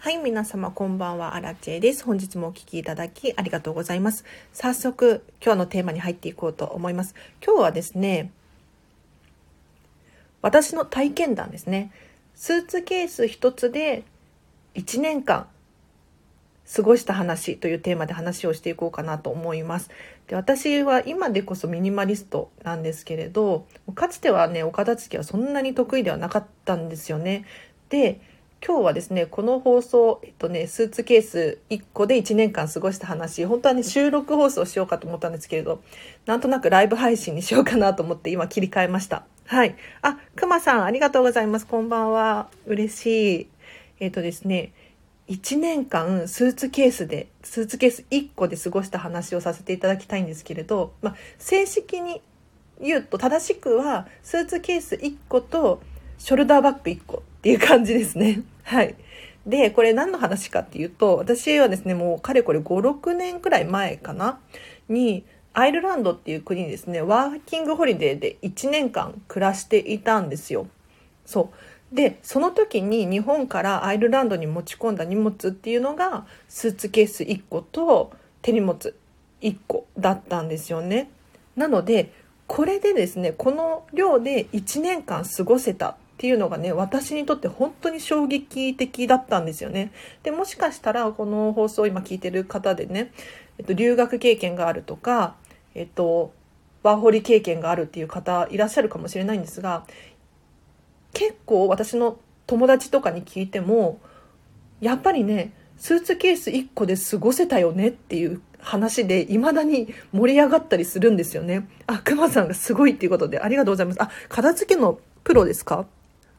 はい、皆様こんばんは、アラチェです。本日もお聞きいただきありがとうございます。早速今日のテーマに入っていこうと思います。今日はですね、私の体験談ですね。スーツケース一つで1年間過ごした話というテーマで話をしていこうかなと思います。で、私は今でこそミニマリストなんですけれど、かつてはね、お片付けはそんなに得意ではなかったんですよね。で、今日はですね、この放送、スーツケース1個で1年間過ごした話、本当はね、収録放送しようかと思ったんですけれど、なんとなくライブ配信にしようかなと思って今切り替えました。はい。あ、くまさんありがとうございます。こんばんは。嬉しい。ですね、1年間スーツケース1個で過ごした話をさせていただきたいんですけれど、正式に言うと正しくはスーツケース1個とショルダーバッグ1個っていう感じですね。はい。で、これ何の話かっていうと、私はですね、もうかれこれ5、6年くらい前かなに、アイルランドっていう国にですね、ワーキングホリデーで1年間暮らしていたんですよ。そう。で、その時に日本からアイルランドに持ち込んだ荷物っていうのが、スーツケース1個と手荷物1個だったんですよね。なので、これでですね、この量で1年間過ごせたっていうのがね、私にとって本当に衝撃的だったんですよね。で、もしかしたらこの放送を今聞いてる方でね、留学経験があるとか、ワーホリ経験があるっていう方いらっしゃるかもしれないんですが、結構私の友達とかに聞いても、やっぱりね、スーツケース1個で過ごせたよねっていう話で未だに盛り上がったりするんですよね。あ、くまさんがすごいっていうことでありがとうございます。あ、片付けのプロですか？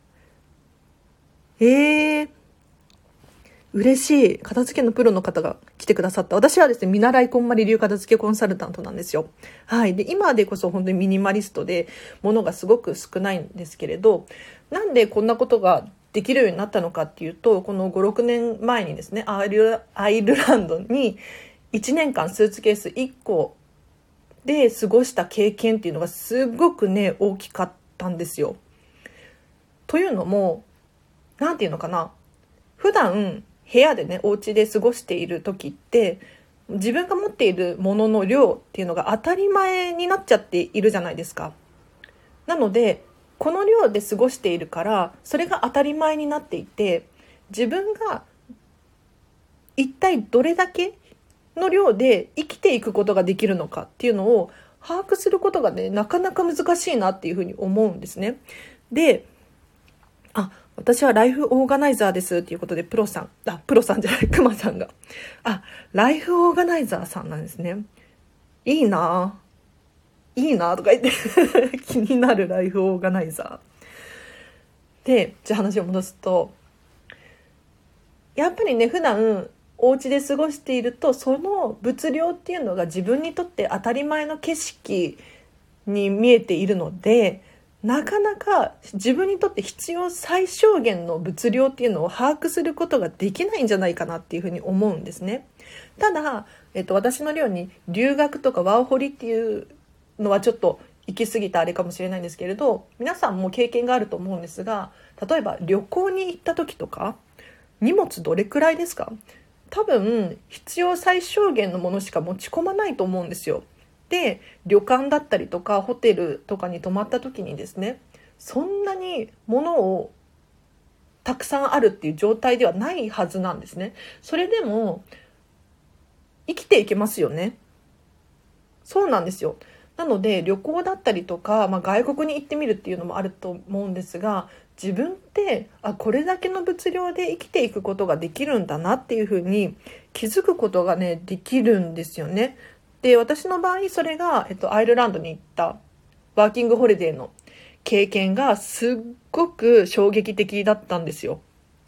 えー、嬉しい。片付けのプロの方が来てくださった。私はですね、見習いこんまり流片付けコンサルタントなんですよ。はい。で、今でこそ本当にミニマリストで、物がすごく少ないんですけれど、なんでこんなことができるようになったのかっていうと、この5、6年前にですね、アイルランドに1年間スーツケース1個で過ごした経験っていうのがすごくね、大きかったんですよ。というのも、なんていうのかな。普段部屋でね、お家で過ごしている時って、自分が持っているものの量っていうのが当たり前になっちゃっているじゃないですか。なので、この量で過ごしているから、それが当たり前になっていて、自分が一体どれだけの量で生きていくことができるのかっていうのを把握することがね、なかなか難しいなっていうふうに思うんですね。で、私はライフオーガナイザーですっていうことで、プロさんじゃない、クマさんが。ライフオーガナイザーさんなんですね。いいないいなとか言って気になるライフオーガナイザー。で、じゃあ話を戻すと、やっぱりね、普段お家で過ごしていると、その物量っていうのが自分にとって当たり前の景色に見えているので、なかなか自分にとって必要最小限の物量っていうのを把握することができないんじゃないかなっていうふうに思うんですね。ただ、私のように留学とかワーホリっていうのはちょっと行き過ぎたあれかもしれないんですけれど、皆さんも経験があると思うんですが、例えば旅行に行った時とか、荷物どれくらいですか？多分必要最小限のものしか持ち込まないと思うんですよ。で、旅館だったりとかホテルとかに泊まった時にですね、そんなに物をたくさんあるっていう状態ではないはずなんですね。それでも生きていけますよね。そうなんですよ。なので旅行だったりとか、外国に行ってみるっていうのもあると思うんですが、自分ってこれだけの物量で生きていくことができるんだなっていうふうに気づくことがね、できるんですよね。で、私の場合それが、アイルランドに行ったワーキングホリデーの経験がすっごく衝撃的だったんですよ。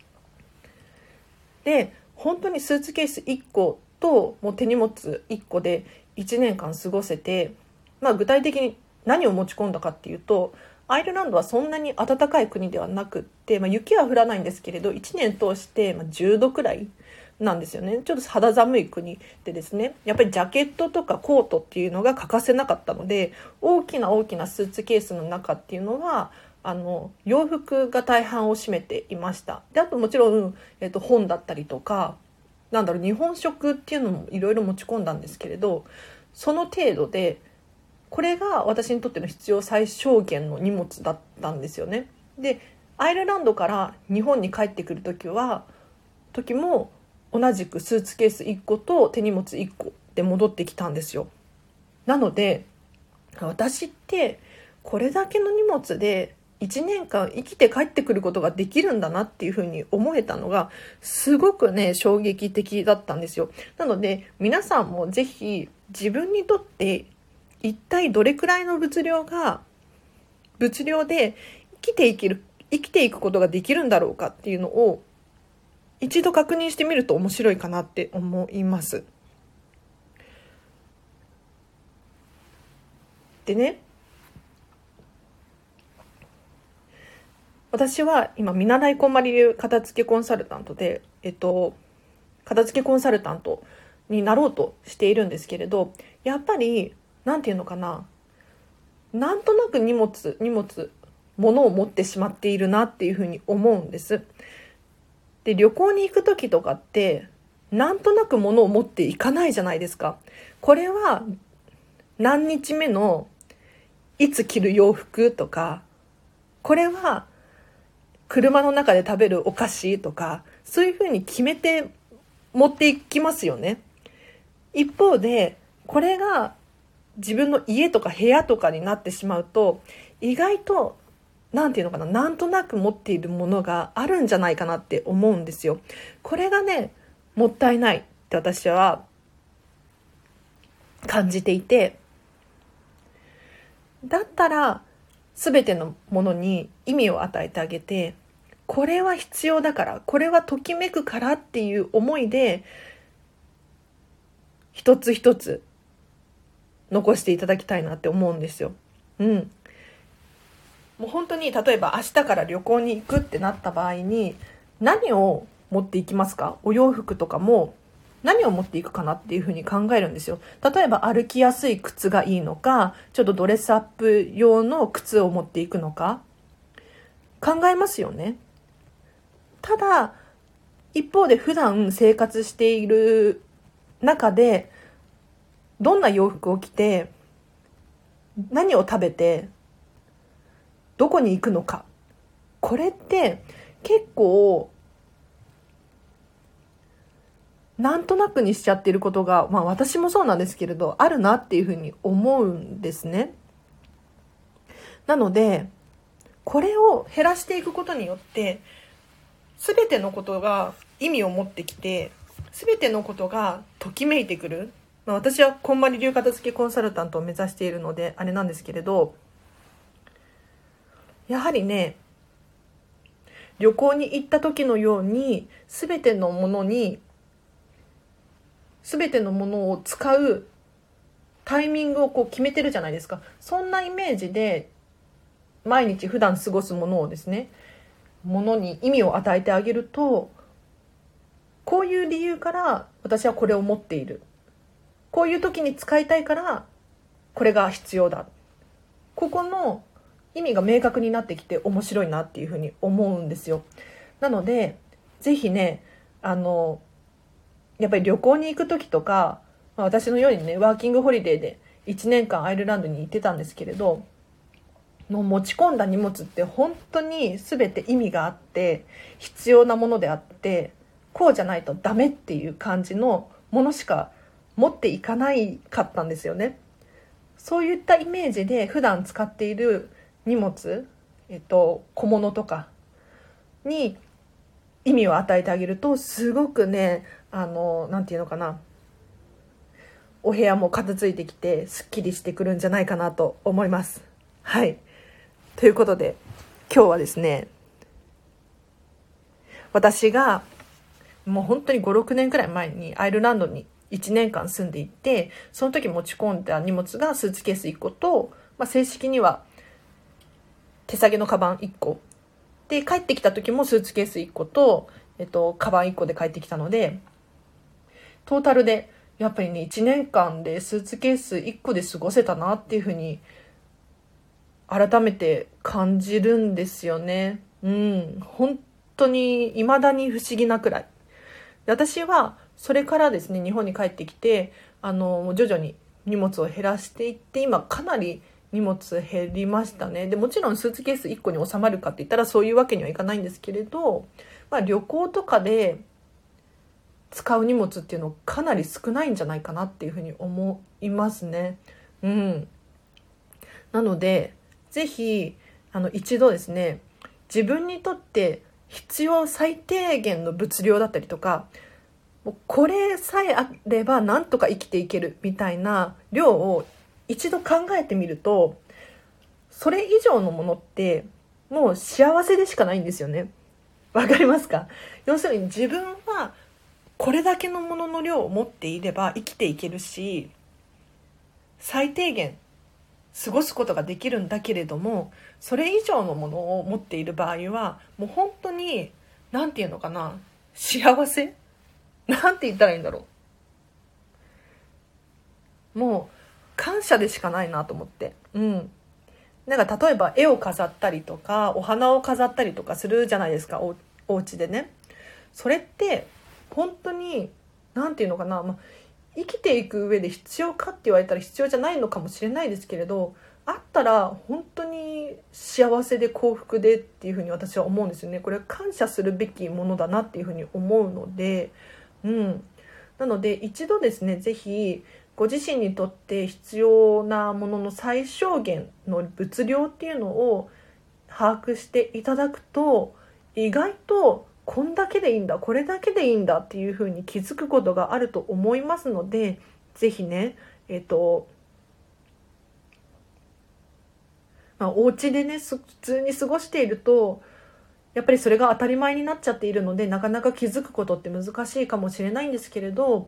で、本当にスーツケース1個ともう手荷物1個で1年間過ごせて、具体的に何を持ち込んだかっていうと、アイルランドはそんなに暖かい国ではなくって、雪は降らないんですけれど、1年通して10度くらいなんですよね。ちょっと肌寒い国でですね、やっぱりジャケットとかコートっていうのが欠かせなかったので、大きな大きなスーツケースの中っていうのは洋服が大半を占めていました。であともちろん、本だったりとか、日本食っていうのもいろいろ持ち込んだんですけれど、その程度でこれが私にとっての必要最小限の荷物だったんですよね。でアイルランドから日本に帰ってくる時も同じくスーツケース1個と手荷物1個で戻ってきたんですよ。なので私ってこれだけの荷物で1年間生きて帰ってくることができるんだなっていうふうに思えたのがすごくね衝撃的だったんですよ。なので皆さんもぜひ自分にとって一体どれくらいの物量で生きていくことができるんだろうかっていうのを一度確認してみると面白いかなって思います。でね、私は今見習いこんまり流片付けコンサルタントで、片付けコンサルタントになろうとしているんですけれど、やっぱりなんていうのかな、なんとなく物を持ってしまっているなっていうふうに思うんです。で旅行に行く時とかってなんとなく物を持っていかないじゃないですか。これは何日目のいつ着る洋服とか、これは車の中で食べるお菓子とか、そういうふうに決めて持っていきますよね。一方でこれが自分の家とか部屋とかになってしまうと、意外となんていうのかな、なんとなく持っているものがあるんじゃないかなって思うんですよ。これがねもったいないって私は感じていて、だったら全てのものに意味を与えてあげて、これは必要だから、これはときめくからっていう思いで一つ一つ残していただきたいなって思うんですよ。もう本当に例えば明日から旅行に行くってなった場合に何を持っていきますか？お洋服とかも何を持っていくかなっていうふうに考えるんですよ。例えば歩きやすい靴がいいのか、ちょっとドレスアップ用の靴を持っていくのか考えますよね。ただ一方で普段生活している中でどんな洋服を着て何を食べてどこに行くのか、これって結構なんとなくにしちゃってることが、私もそうなんですけれどあるなっていうふうに思うんですね。なのでこれを減らしていくことによって全てのことが意味を持ってきて、全てのことがときめいてくる。私はこんまり流片付けコンサルタントを目指しているのであれなんですけれど、やはりね旅行に行った時のように全てのものを使うタイミングを決めてるじゃないですか。そんなイメージで毎日普段過ごすものをですね、ものに意味を与えてあげると、こういう理由から私はこれを持っている、こういう時に使いたいからこれが必要だ、ここの意味が明確になってきて面白いなっていうふうに思うんですよ。なのでぜひねやっぱり旅行に行く時とか、私のようにねワーキングホリデーで1年間アイルランドに行ってたんですけれど、もう持ち込んだ荷物って本当に全て意味があって必要なものであって、こうじゃないとダメっていう感じのものしか持っていかないかったんですよね。そういったイメージで普段使っている荷物、小物とかに意味を与えてあげると、すごくねなんていうのかな、お部屋も片付いてきてすっきりしてくるんじゃないかなと思います。はい、ということで今日はですね、私がもう本当に5、6年くらい前にアイルランドに1年間住んでいて、その時持ち込んだ荷物がスーツケース1個と、正式には手提げのカバン1個で、帰ってきた時もスーツケース1個と、カバン1個で帰ってきたので、トータルでやっぱりね1年間でスーツケース1個で過ごせたなっていうふうに改めて感じるんですよね。本当に未だに不思議なくらい。私はそれからですね、日本に帰ってきて、徐々に荷物を減らしていって、今かなり荷物減りましたね。でもちろんスーツケース1個に収まるかって言ったらそういうわけにはいかないんですけれど、旅行とかで使う荷物っていうのかなり少ないんじゃないかなっていうふうに思いますね。なのでぜひ一度ですね、自分にとって必要最低限の物量だったりとか、もうこれさえあればなんとか生きていけるみたいな量を一度考えてみると、それ以上のものってもう幸せでしかないんですよね。わかりますか？要するに自分はこれだけのものの量を持っていれば生きていけるし、最低限過ごすことができるんだけれども、それ以上のものを持っている場合はもう本当になんていうのかな、幸せなんて言ったらいいんだろう、もう感謝でしかないなと思って。なんか例えば絵を飾ったりとかお花を飾ったりとかするじゃないですか、お家でね。それって本当になんていうのかな、生きていく上で必要かって言われたら必要じゃないのかもしれないですけれど、あったら本当に幸せで幸福でっていうふうに私は思うんですよね。これは感謝するべきものだなっていうふうに思うので、なので一度ですね、ぜひご自身にとって必要なものの最小限の物量っていうのを把握していただくと、意外とこんだけでいいんだ、これだけでいいんだっていうふうに気づくことがあると思いますので、ぜひね、お家でね普通に過ごしているとやっぱりそれが当たり前になっちゃっているので、なかなか気づくことって難しいかもしれないんですけれど、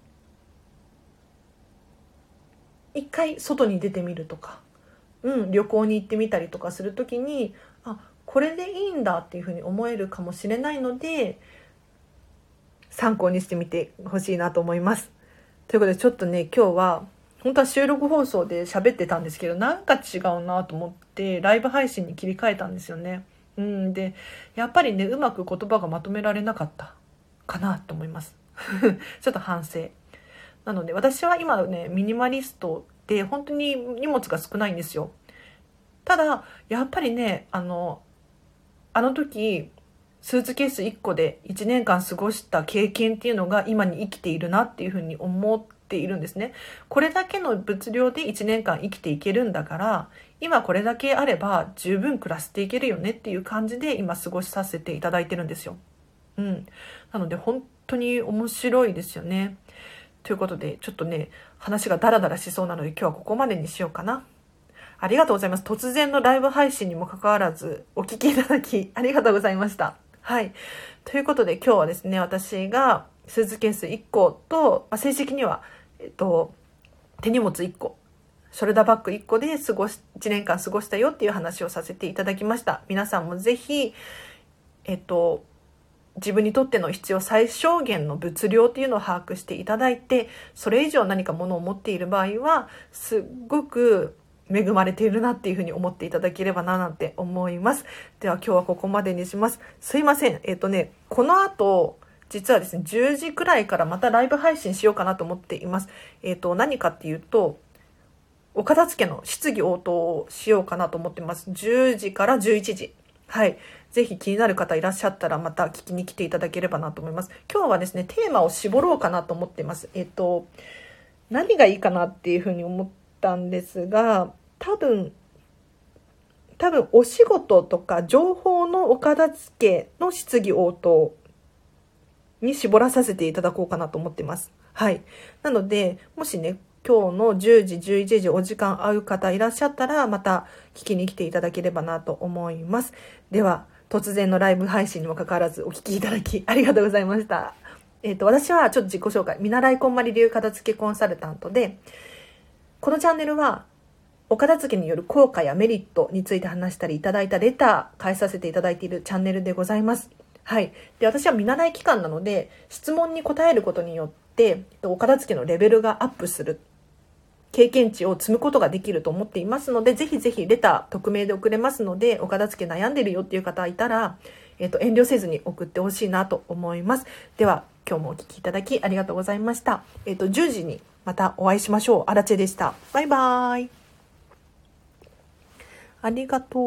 一回外に出てみるとか、旅行に行ってみたりとかするときに、これでいいんだっていうふうに思えるかもしれないので、参考にしてみてほしいなと思います。ということでちょっとね、今日は本当は収録放送で喋ってたんですけど、なんか違うなと思ってライブ配信に切り替えたんですよね。でやっぱりね、うまく言葉がまとめられなかったかなと思いますちょっと反省なので、私は今ねミニマリストで本当に荷物が少ないんですよ。ただやっぱりね、あの時スーツケース1個で1年間過ごした経験っていうのが今に生きているなっていうふうに思っているんですね。これだけの物量で1年間生きていけるんだから、今これだけあれば十分暮らしていけるよねっていう感じで今過ごしさせていただいてるんですよ。なので本当に面白いですよね。ということでちょっとね、話がダラダラしそうなので今日はここまでにしようかな。ありがとうございます。突然のライブ配信にもかかわらずお聞きいただきありがとうございました。はい。ということで今日はですね、私がスーツケース1個と、正式には、手荷物1個、ショルダーバッグ1個で1年間過ごしたよっていう話をさせていただきました。皆さんもぜひ、自分にとっての必要最小限の物量っていうのを把握していただいて、それ以上何か物を持っている場合は、すっごく恵まれているなっていうふうに思っていただければななんて思います。では今日はここまでにします。すいません。この後、実はですね、10時くらいからまたライブ配信しようかなと思っています。何かっていうと、お片付けの質疑応答をしようかなと思ってます。10時から11時。はい。ぜひ気になる方いらっしゃったらまた聞きに来ていただければなと思います。今日はですね、テーマを絞ろうかなと思っています。何がいいかなっていうふうに思ったんですが、多分お仕事とか情報のお片付けの質疑応答に絞らさせていただこうかなと思っています。はい。なので、もしね、今日の10時、11時お時間合う方いらっしゃったら、また聞きに来ていただければなと思います。では、突然のライブ配信にもかかわらずお聞きいただきありがとうございました。私はちょっと自己紹介、見習いこんまり流片付けコンサルタントで、このチャンネルは、お片付けによる効果やメリットについて話したりいただいたレター返させていただいているチャンネルでございます。はい。で、私は見習い期間なので、質問に答えることによって、お片付けのレベルがアップする。 経験値を積むことができると思っていますので、ぜひぜひレター匿名で送れますので、お片付け悩んでるよっていう方いたら、遠慮せずに送ってほしいなと思います。では、今日もお聞きいただきありがとうございました。10時にまたお会いしましょう。アラチェでした。バイバーイ。ありがとう。